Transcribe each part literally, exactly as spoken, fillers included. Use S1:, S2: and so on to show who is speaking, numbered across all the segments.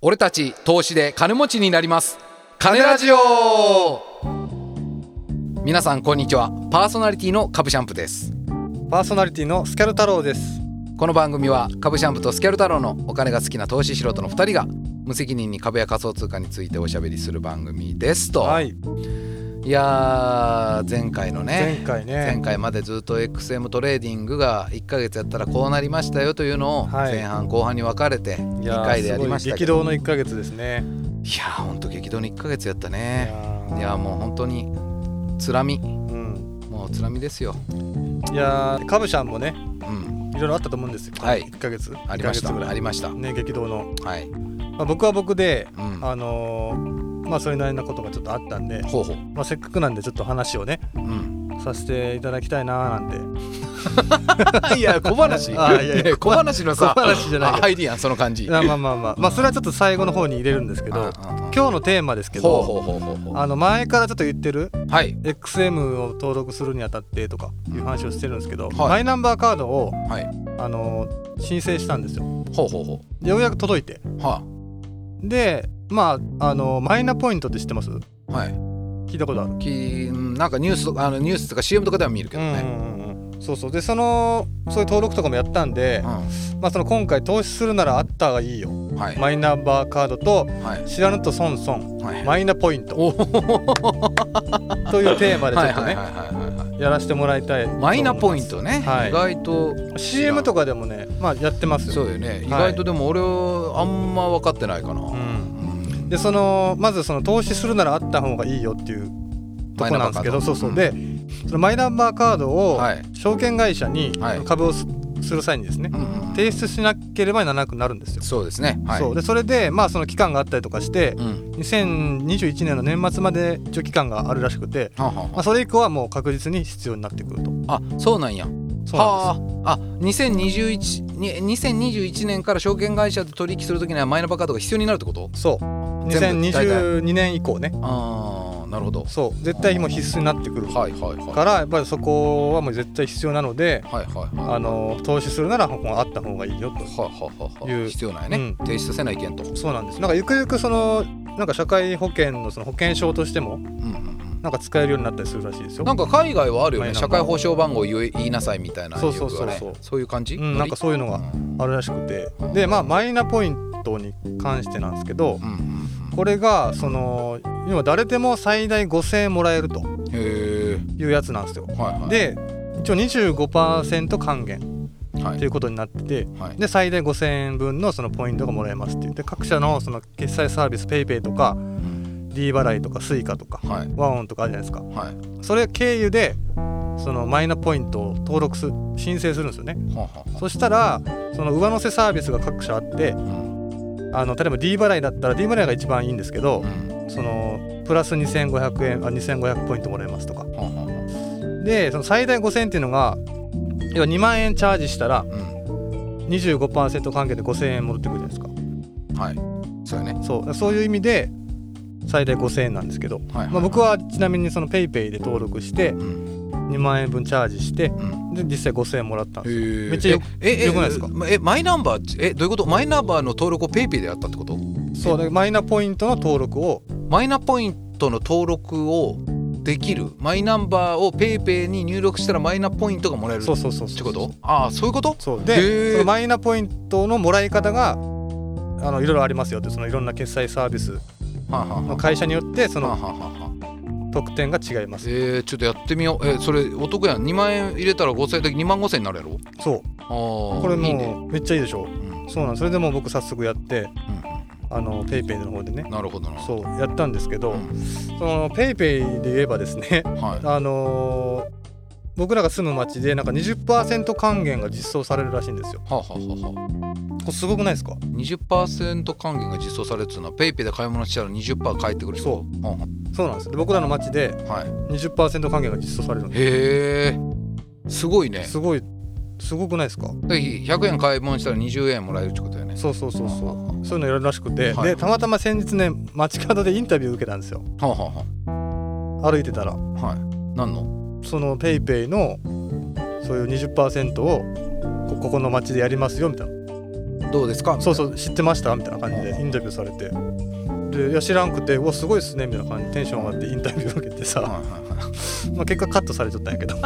S1: 俺たち投資で金持ちになります。金ラジオ。皆さんこんにちは。パーソナリティの株シャンプです。
S2: パーソナリティのスキャル太郎です。
S1: この番組は株シャンプとスキャル太郎のお金が好きな投資素人のふたりが無責任に株や仮想通貨についておしゃべりする番組ですと、
S2: はい、
S1: いやー前回のね
S2: 前回ね
S1: 前回までずっと エックスエム トレーディングがいっかげつやったらこうなりましたよというのを前半後半に分かれてにかいでやりましたけど、
S2: 激動のいっかげつですね。
S1: いやーほんと激動のいっかげつやったね。いやーもう本当につらみ、うん、もうつらみですよ。
S2: いやー株シャンもね、
S1: うん
S2: いろいろあったと思うんですよ、
S1: はい、
S2: いっかげつ
S1: ありましたありました
S2: ね、激動の、
S1: はい
S2: まあ、僕は僕で、うん、あのー、まあそれなりなことがちょっとあったんで、
S1: ほうほう、
S2: まあ、せっかくなんでちょっと話をね、うん、させていただきたいななんて
S1: いや小話あいやいや小話のさ
S2: 小話じゃない
S1: 入りやんその感じ。
S2: まあまあまあまあ、まあ、それはちょっと最後の方に入れるんですけど、今日のテーマですけど、あの前からちょっと言ってる、はい、エックスエム を登録するにあたってとかいう話をしてるんですけど、はい、マイナンバーカードを、はい、あの申請したんですよ。ほうほうほう。ようやく届いて、はあ、でまああのマイナポイントって知ってます？はい。聞いたことある？き
S1: なんかニュースあのニュースとか シーエム とかでは見るけどね。うんうん
S2: うん、そうそう。でそのそういう登録とかもやったんで、うん、まあその今回投資するならあった方がいいよ。はい、マイナンバーカードと、はい、知らぬと損損、はい、マイナポイントというテーマでちょっとねやらせてもらいたい。
S1: マイナポイントね、はい、意外と
S2: シーエム とかでもね、まあ、やってますよ。
S1: そうよね、意外とでも俺はあんま分かってないかな、うん、
S2: でそのまずその投資するならあった方がいいよっていうとこなんですけど、そうそう、でそのマイナンバーカードを証券会社に株をする際にですね、はい、提出しなければならなくなるんですよ。
S1: そうですね、はい、
S2: そうでそれでまあその期間があったりとかして、うん、にせんにじゅういちねんの年末まで一応期間があるらしくて、はあはあ、まあ、それ以降はもう確実に必要になってくると。
S1: あ、そうなんや。そうなんです。あ、にせんにじゅういちねんから証券会社で取引するときにはマイナンバーカードが必要になるってこと？
S2: そうにせんにじゅうにねん以降ね。
S1: ああ、なるほど。
S2: そう絶対もう必須になってくるから、やっぱりそこはもう絶対必要なので、はいはいはい、あの投資するならここがあった方がいいよという、ははは
S1: 必要ないね、うん、提出せないけんと。
S2: そうなんです。なんかゆくゆくそのなんか社会保険のその保険証としても、うんうん、なんか使えるようになったりするらしいですよ。
S1: なんか海外はあるよね、社会保障番号を言いなさいみたいな、ね、
S2: そうそうそうそう、
S1: そういう感じ、
S2: うん、なんかそういうのがあるらしくて、うん、でまあマイナポイントに関してなんですけど、うんうんうん、これがその今誰でも最大ごせんえんもらえるというやつなんですよ、はいはい、で一応 にじゅうごパーセント 還元ということになってて、はい、で最大ごせんえんぶんのそのポイントがもらえますっていう。で各社のその決済サービス PayPay とか、うん、D 払いとか Suica とか、はい、ワンオンとかあるじゃないですか、はい、それ経由でそのマイナポイントを登録す申請するんですよね、ははは。そしたらその上乗せサービスが各社あって、うん、あの例えば D 払いだったら D 払いが一番いいんですけど、うん、そのプラスにせんごひゃくえんあにせんごひゃくポイントもらえますとか、ははでその最大ごせんえんっていうのが要はにまんえんチャージしたら、うん、にじゅうごパーセント 還元でごせんえん戻ってくるじゃないですか。はい、そうよね。そうそういう意味で最大ごせんえんなんですけど、はいはいはい、まあ、僕はちなみにその PayPay で登録して、うん、にまんえんぶんチャージして、うん、で実際ごせんえんもらったんですよ。めっちゃよよくないですか？
S1: えマイナンバーえどういうこと？マイナンバーの登録を PayPay でやったってこと？
S2: そうだ、マイナポイントの登録を
S1: マイナポイントの登録をできる。マイナンバーを PayPay に入力したらマイナポイントがもらえるってこと？そうそうそうそう。ああ、そういうこと？
S2: そうでそのマイナポイントのもらい方があのいろいろありますよって、そのいろんな決済サービスの会社によってそのはははは特典が違います。
S1: えー、ちょっとやってみよう。えー、それお得やん。にまんえん入れたらごせんえんでにまんごせんえんになるやろ。
S2: そう。あこれもういい、ね、めっちゃいいでしょ、うん、そうなん。それでもう僕早速やって、うん、あの PayPay の方でね。
S1: なるほどなるほど。
S2: そうやったんですけど、うん、その PayPay で言えばですね、はい、あのー僕らが住む町でなんか にじゅっパーセント 還元が実装されるらしいんですよ。はあ、はあはあ、これすごくないですか？
S1: にじゅっパーセント 還元が実装されるっていうのは PayPay で買い物したら にじゅっパーセント 返ってくる。そう、はあはあ、
S2: そうなんですよ。で僕らの町で にじゅっパーセント 還元が実装されるんです。
S1: へー、すごいね。
S2: すごいすごくないですか？
S1: でひゃくえん買い物したらにじゅうえんもらえるってことだよね。
S2: そうそうそうそう、はあはあ、そういうのやるらしくて、はい、でたまたま先日ね街角でインタビュー受けたんですよ。はあはあ、歩いてたら、はい、
S1: 何の
S2: その PayPay のそういう にじゅっパーセント をここの町でやりますよみたいな。
S1: どうですかみ
S2: たいな、そうそう知ってましたみたいな感じでインタビューされて、でいや知らんくて、うわすごいっすねみたいな感じでテンション上がってインタビュー受けてさ、はいはいはいまあ結果カットされちゃったんやけど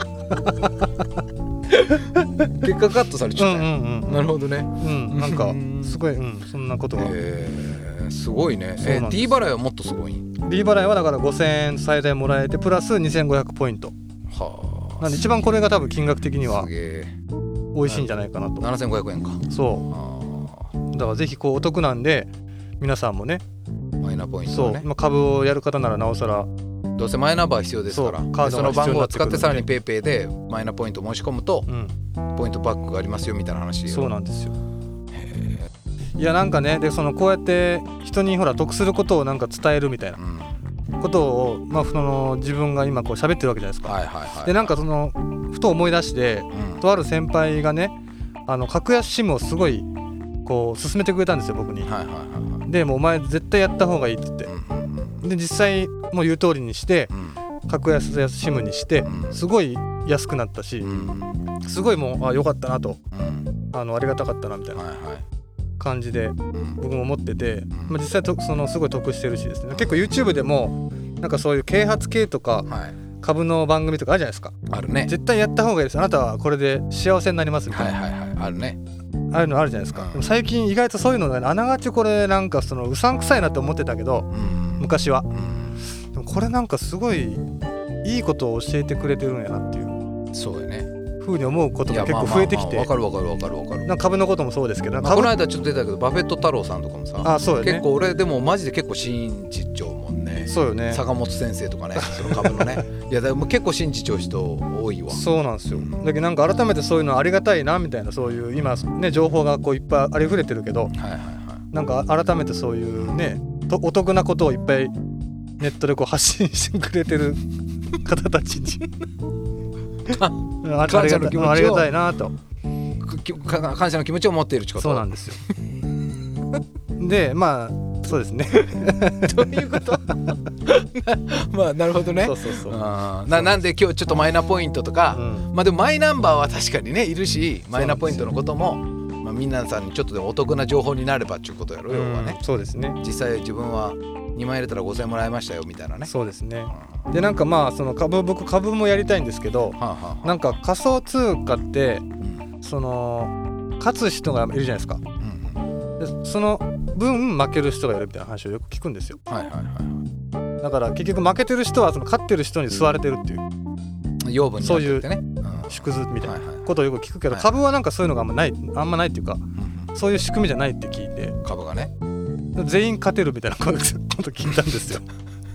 S1: 結果カットされちゃったんや、うんうんうん、なるほどね、う
S2: ん、なんかすごい、うん、そんなことが、
S1: えー、すごいね。えー、D 払いはもっとすごい？
S2: D 払いはだからごせんえん最大もらえてプラスにせんごひゃくポイント、はあ、なんで一番これが多分金額的には美味しいんじゃないかなと。
S1: ななせんごひゃくえんか。
S2: そうだからぜひこうお得なんで皆さんもね
S1: マイナポイントをね、
S2: そう、まあ、株をやる方ならなおさら、
S1: どうせマイナンバー必要ですから、
S2: カード
S1: その番号を使ってさらにペイペイでマイナポイント申し込むと、うん、ポイントバックがありますよみたいな話。
S2: そうなんですよ。いやなんかね、でそのこうやって人にほら得することをなんか伝えるみたいなことを、うん、まあその自分が今こう喋ってるわけじゃないですか、はいはいはい、でなんかそのふと思い出して、うん、とある先輩がねあの格安シムをすごいこう勧めてくれたんですよ僕に、はいはいはい、でもうお前絶対やった方がいいって言って、うん、で実際もう言う通りにして、うん、格安シムにしてすごい安くなったし、うん、すごいもうあ良かったなと、うん、あのありがたかったなみたいな、はいはい感じで僕も思ってて、まあ、実際とそのすごい得してるしですね、結構 YouTube でもなんかそういう啓発系とか株の番組とかあるじゃないですか。
S1: あるね。
S2: 絶対やった方がいいです、あなたはこれで幸せになりますみたいな、
S1: はいはいはい、あるね。
S2: ああいうのあるじゃないですか、うん、でも最近意外とそういうのがあながちこれなんかそのうさんくさいなって思ってたけど、うん、昔は、うん、でもこれなんかすごいいいことを教えてくれてるんやなっていう。
S1: そうよね
S2: ふうに思うことが結構増えてきて、
S1: わかるわかるわかるわかる。
S2: なんか株のこともそうですけど、
S1: まあ、この間ちょっと出たけどバフェット太郎さんとかもさ、
S2: あそうよね、
S1: 結構俺でもマジで結構新次長もんね。
S2: そうよね。
S1: 坂本先生とかね、その株のねいやでも結構新次長人多いわ。
S2: そうなんですよ、うん、だけどなんか改めてそういうのありがたいなみたいな、そういう今ね情報がこういっぱいありふれてるけど、はいはいはい、なんか改めてそういうねお得なことをいっぱいネットでこう発信してくれてる方たちにありがたいなと、
S1: 感謝の気持ちを持っているってこと。
S2: そうなんですよでまあそうですね
S1: どういうことまあなるほどね。
S2: そうそうそう。
S1: あななんで今日ちょっとマイナポイントとか、うん、まあでもマイナンバーは確かにねいるし、マイナポイントのこともまあ皆さんにちょっとでもお得な情報になればっていうことやろ、要はね。
S2: そうですね。
S1: 実際自分はにまん円入れたらごせんえんもらいましたよみたいなね。
S2: そうですね、うん、でなんかまあその株僕株もやりたいんですけど、はあはあ、なんか仮想通貨って、うん、その勝つ人がいるじゃないですか、うんうん、でその分負ける人がいるみたいな話をよく聞くんですよ、はいはいはい、だから結局負けてる人はその勝ってる人に吸われてるっていう、
S1: 養分になっててね、
S2: そういう縮図みたいなことをよく聞くけど、はいはい、株はなんかそういうのがあんまないあんまないっていうか、うん、そういう仕組みじゃないって聞いて、
S1: 株がね
S2: 全員勝てるみたいなこと聞いたんですよ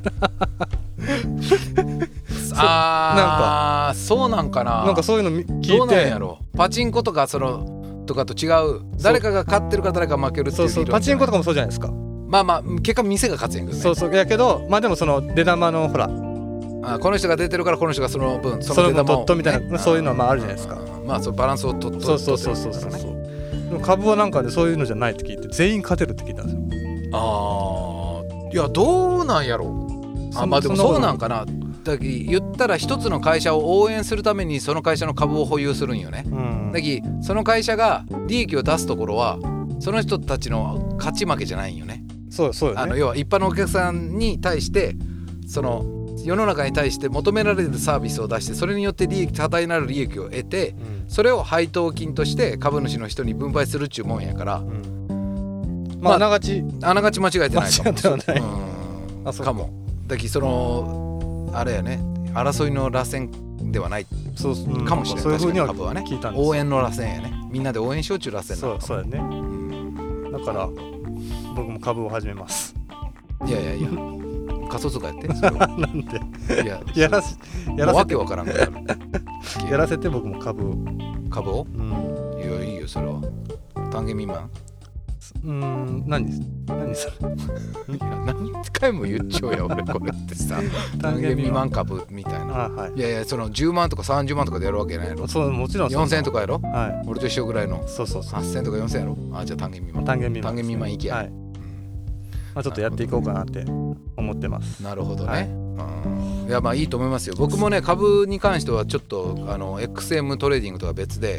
S1: ああそうなんかな。
S2: なんかそういうの聞いて、
S1: どうなんやろ。パチンコとかそのとかと違う、誰かが勝ってるか誰か負けるっていう。
S2: そうそう、パチンコとかもそうじゃないですか。
S1: まあまあ結果店が勝つんやけどね。
S2: そうそうやけど、まあでもその出玉のほら、
S1: あこの人が出てるからこの人がその分
S2: その出玉を、ね、取っとみたいな、そういうのはまああるじゃないですか。
S1: まあそうバランスを取っと
S2: そうそうそうそうそうそう。でも株はなんかでそういうのじゃないって聞いて、全員勝てるって聞いたんですよ。
S1: ああいやどうなんやろ。あまあでもそうなんかな。だき言ったら一つの会社を応援するためにその会社の株を保有するんよね、うん、だきその会社が利益を出すところはその人たちの勝ち負けじゃないんよね。
S2: そうそうよね。
S1: あの要は一般のお客さんに対してその世の中に対して求められるサービスを出して、それによって利益多大なる利益を得て、うん、それを配当金として株主の人に分配するっちゅうもんやから、うん、
S2: まああながち
S1: あながち間違えてないかも。
S2: 間違ってはない、
S1: うん、あそうかも。だきそのあれやね、争いの螺旋ではないかもしれない。そういう風には聞いたんです。応援の螺旋やね。みんなで応援しようちゅう螺旋なのかも。
S2: そうそうやね、うん、だから僕も株を始めます。
S1: いやいやいや仮想通貨やってそれは
S2: なんでいややらせ
S1: やらせてわけわからんくなる
S2: やらせて僕も株を
S1: 株を、うん、いやいいよそれは。単元未満
S2: うーん何何それ
S1: いや何回も言っちゃうよ俺これってさ単元未満株みたいな。あ、はい、いやいやそのじゅうまんとかさんじゅうまんとかでやるわけないやろ。
S2: そうもちろん
S1: よんせんえんとかやろ、
S2: はい、
S1: 俺と一緒ぐらいの。
S2: そうそうそう
S1: はっせんえんとかよんせんえんやろ。あじゃあ単元未満
S2: 単元未満
S1: 単元未満いきや、
S2: はい、まあ、ちょっとやっていこうかなって思ってます。
S1: なるほどね、はい、うんいやまあいいと思いますよ。僕もね株に関してはちょっとあの エックスエム トレーディングとは別で、うん、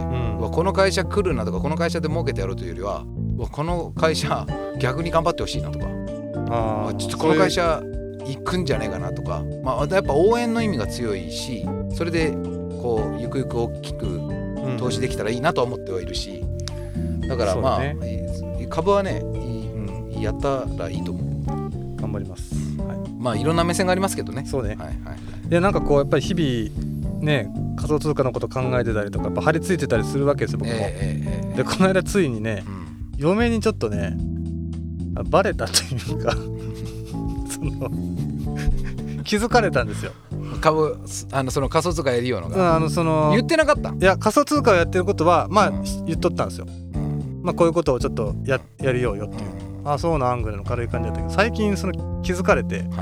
S1: この会社来るなとかこの会社で儲けてやろうというよりはこの会社逆に頑張ってほしいなとか、あちょっとこの会社行くんじゃねえかなとか、まあ、やっぱ応援の意味が強いし、それでこうゆくゆく大きく投資できたらいいなとは思ってはいるし、だからまあ、ね、株はねい、うん、やったらいいと思う。
S2: 頑張ります、はい、
S1: まあいろんな目線がありますけどね。
S2: そうね、
S1: はいはい、
S2: でなんかこうやっぱり日々ね仮想通貨のこと考えてたりとかやっぱ張り付いてたりするわけですよ僕も、えーえー、でこの間ついにね、うん、嫁にちょっとねバレたというかその気づかれたんですよ。
S1: 株あのその仮想通貨やりようのが、
S2: あのその
S1: 言ってなかった。
S2: いや仮想通貨をやってることはまあ、うん、言っとったんですよ、うん、まあこういうことをちょっと や, やりようよっていう、うん、あそうなんぐらいの軽い感じだったけど、最近その気づかれて、はい、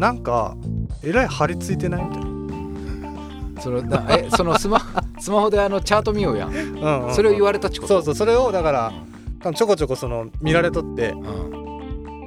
S2: なんかえらい張り付いてないみたいな。
S1: そのだえそのスマスマホであのチャート見ようやん、うんうんうん、それを言われたっちこと。
S2: そうそう、それをだからちょこちょこその見られとって、うん、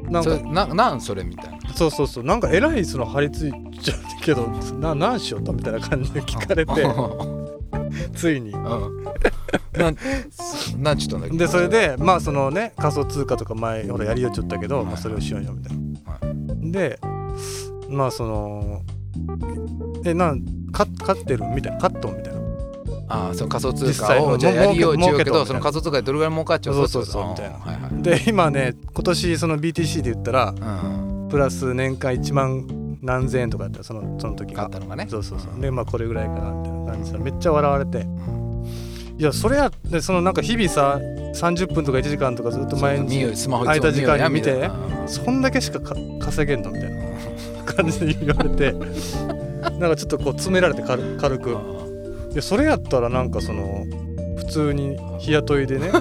S2: なんか
S1: ななんそれみたいな。
S2: そうそうそう、なんかえらいその張り付いちゃうけどな何しよったみたいな感じで聞かれてついに、うん、
S1: なんなんちゅったんだっけ。
S2: でそれでまあそのね仮想通貨とか前俺やりよっちゃったけど、はいはい、まあ、それをしようよみたいな、はい、でまあそのえなんか勝ってるみたいな、勝っとんみたいな。
S1: ああ、その仮想通貨をじゃあやりようちゅうけど、その仮想通貨でどれぐらい儲かっちゃう。
S2: そうそうそうみたいな、はいはい、で今ね今年その ビーティーシー で言ったら、うん、プラス年間いちまん何千円とかだったらそのその時が
S1: 買ったのがね。
S2: そうそうそう、でまあこれぐらいかなみたいな感じでめっちゃ笑われて、いやそれやでそのなんか日々ささんじゅっぷんとかいちじかんとかずっと毎日空いた時間に見てそんだけしかか稼げんのみたいな感じで言われてなんかちょっとこう詰められて 軽, 軽くいやそれやったらなんかその普通に日雇いでね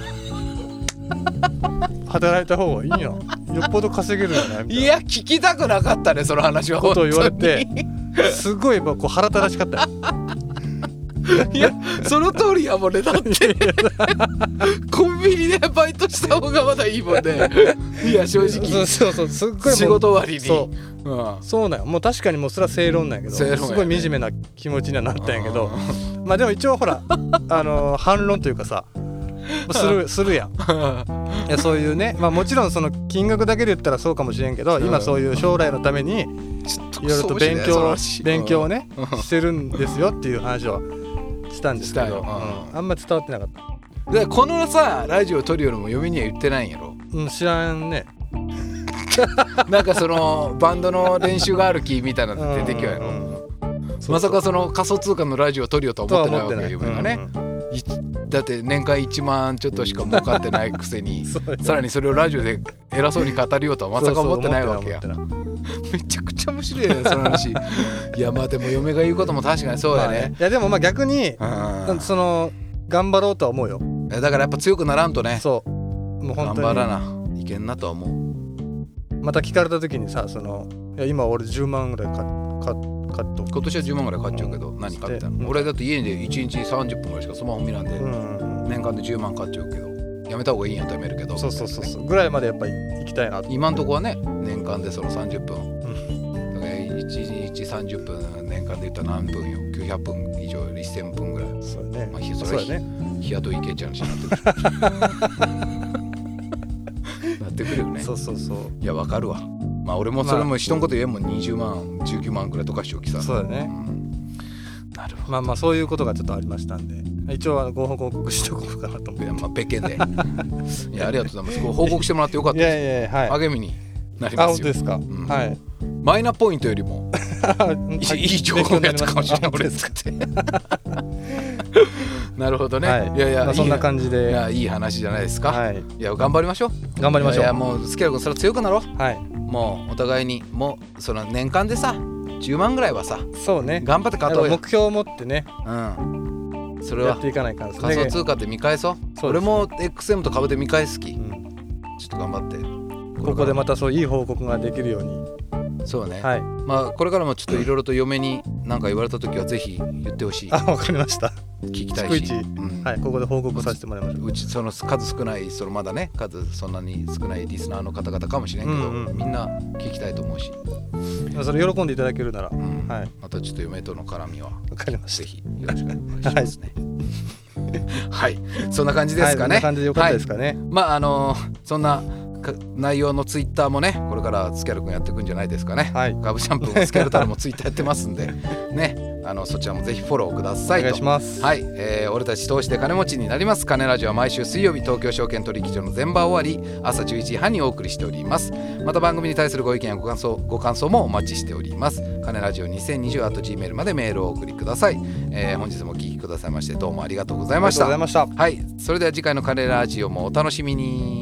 S2: 働いた方がいいんや、よっぽど稼げるんじゃないみたいな。
S1: いや聞きたくなかったねその話は。
S2: ことを言われてすごいこう腹立たしかったよ
S1: いやその通りやもんね。だってコンビニでバイトした方がまだいいもんね。いや正直
S2: そうそうそう、すっごい
S1: 仕事終わりに
S2: そう、うん、そうなんよ。もう確かにもうそれは正論なんやけど、ね、すごい惨めな気持ちにはなったんやけど、まあでも一応ほらあの反論というかさするするやんいやそういうね、まあもちろんその金額だけで言ったらそうかもしれんけど、今そういう将来のためにいろいろと勉強勉強をねしてるんですよっていう話をしたんですけど、うん、あんま伝わってなかった。
S1: でこのさラジオ撮るよりも嫁には言ってないんやろ。
S2: うん、知らんね
S1: なんかそのバンドの練習がある気みたいなの出てきよやろ、うんうん、まさかその仮想通貨のラジオ撮るよとは思ってないわけよ嫁がね、うん、だって年間いちまんちょっとしか儲かってないくせにさらにそれをラジオで偉そうに語るよとはまさか思ってないわけや。めちゃくちゃ面白いよねその話いやまあでも嫁が言うことも確かにそうだね、まあね、
S2: いやでもまあ逆にその頑張ろうとは思うよ。
S1: だからやっぱ強くならんとね。
S2: そうもう本当に
S1: 頑張らないけんなとは思う。
S2: また聞かれた時にさ、そのいや今俺じゅうまんぐらい買っ買っと
S1: 今年はじゅうまんぐらい買っちゃうけど、うん、何買ったの、うん、俺だって家でいちにちさんじゅっぷんぐらいしかスマホ見なんで、うん、年間でじゅうまん買っちゃうけどやめた方がいいんやとやめるけど、
S2: そうそうそうそうぐらいまでやっぱり行きたいなと。
S1: 今んとこはね年間でそのさんじゅっぷん、うん、だからいちにちさんじゅっぷん年間で言ったら何分よ、きゅうひゃっぷん以上よりせんぷんぐらい。
S2: そうね、
S1: まあ、それは、ね、日雇いいけちゃうしなってるなってくるよね。
S2: そうそうそう、
S1: いやわかるわ。まあ俺もそれも人のこと言えんもんにじゅうまんじゅうきゅうまんぐらいとかしておきさ。
S2: そうだね、うん、なるほど。まあまあそういうことがちょっとありましたんで一応はご報告しておこうかなと思って。いや
S1: まあ別件でいやありがとうございます。報告してもらってよかったです。
S2: いやいや、はい、
S1: 励みになりますよ。あ
S2: 本当ですか、うん、はい。
S1: マイナポイントよりもいい情報やったかもしれない俺ですってなるほどね、はい、いやいや、
S2: まあ、そんな感じで
S1: いやいい話じゃないですか、はい、いや頑張りましょう
S2: 頑張りましょう。
S1: いやもうスケル君それは強くなろう、
S2: はい、
S1: もうお互いにもうその年間でさじゅうまんぐらいはさ
S2: そうね
S1: 頑張って勝とうよ。
S2: 目標を持ってね、
S1: うんそれは
S2: やっていかないから、ね、
S1: 仮想通貨で見返そう。そう俺も エックスエム と株で見返す気、うん、ちょっと頑張って
S2: ここでまたそういい報告ができるように。
S1: そうね、
S2: はい、
S1: まあこれからもちょっといろいろと嫁に何か言われた時はぜひ言ってほしい。
S2: あわかりました
S1: 聞きたいし、
S2: うん、はい、ここで報告させてもらいましょう。
S1: うちその数少ないそのまだね数そんなに少ないリスナーの方々かもしれんけど、うんうん、みんな聞きたいと思うし、
S2: それ喜んでいただけるなら、
S1: うんはい、またちょっと嫁との絡みは
S2: 分かりました。
S1: ぜひよろしくお願いしますね。はい、はい、そんな感じですかね。はい、そんな
S2: 感じでよかったですかね。はい、
S1: まああのー、そんな内容のツイッターもねこれからスキャル君やっていくんじゃないですかね。はい、ガブシャンプーもスキャルタルもツイッターやってますんでね、あのそちらもぜひフォローくださいと。
S2: お願いします。
S1: はい、えー、俺たち投資で金持ちになります金ラジオは毎週水曜日東京証券取引所の全場終わり朝じゅういちじはんにお送りしております。また番組に対するご意見やご感想ご感想もお待ちしております。金ラジオにせんにじゅう アット ジーメール までメールをお送りください。えー、本日もお聞きくださいましてどうもありがとうございました。
S2: ありがとうございました。
S1: はい、それでは次回の金ラジオもお楽しみに。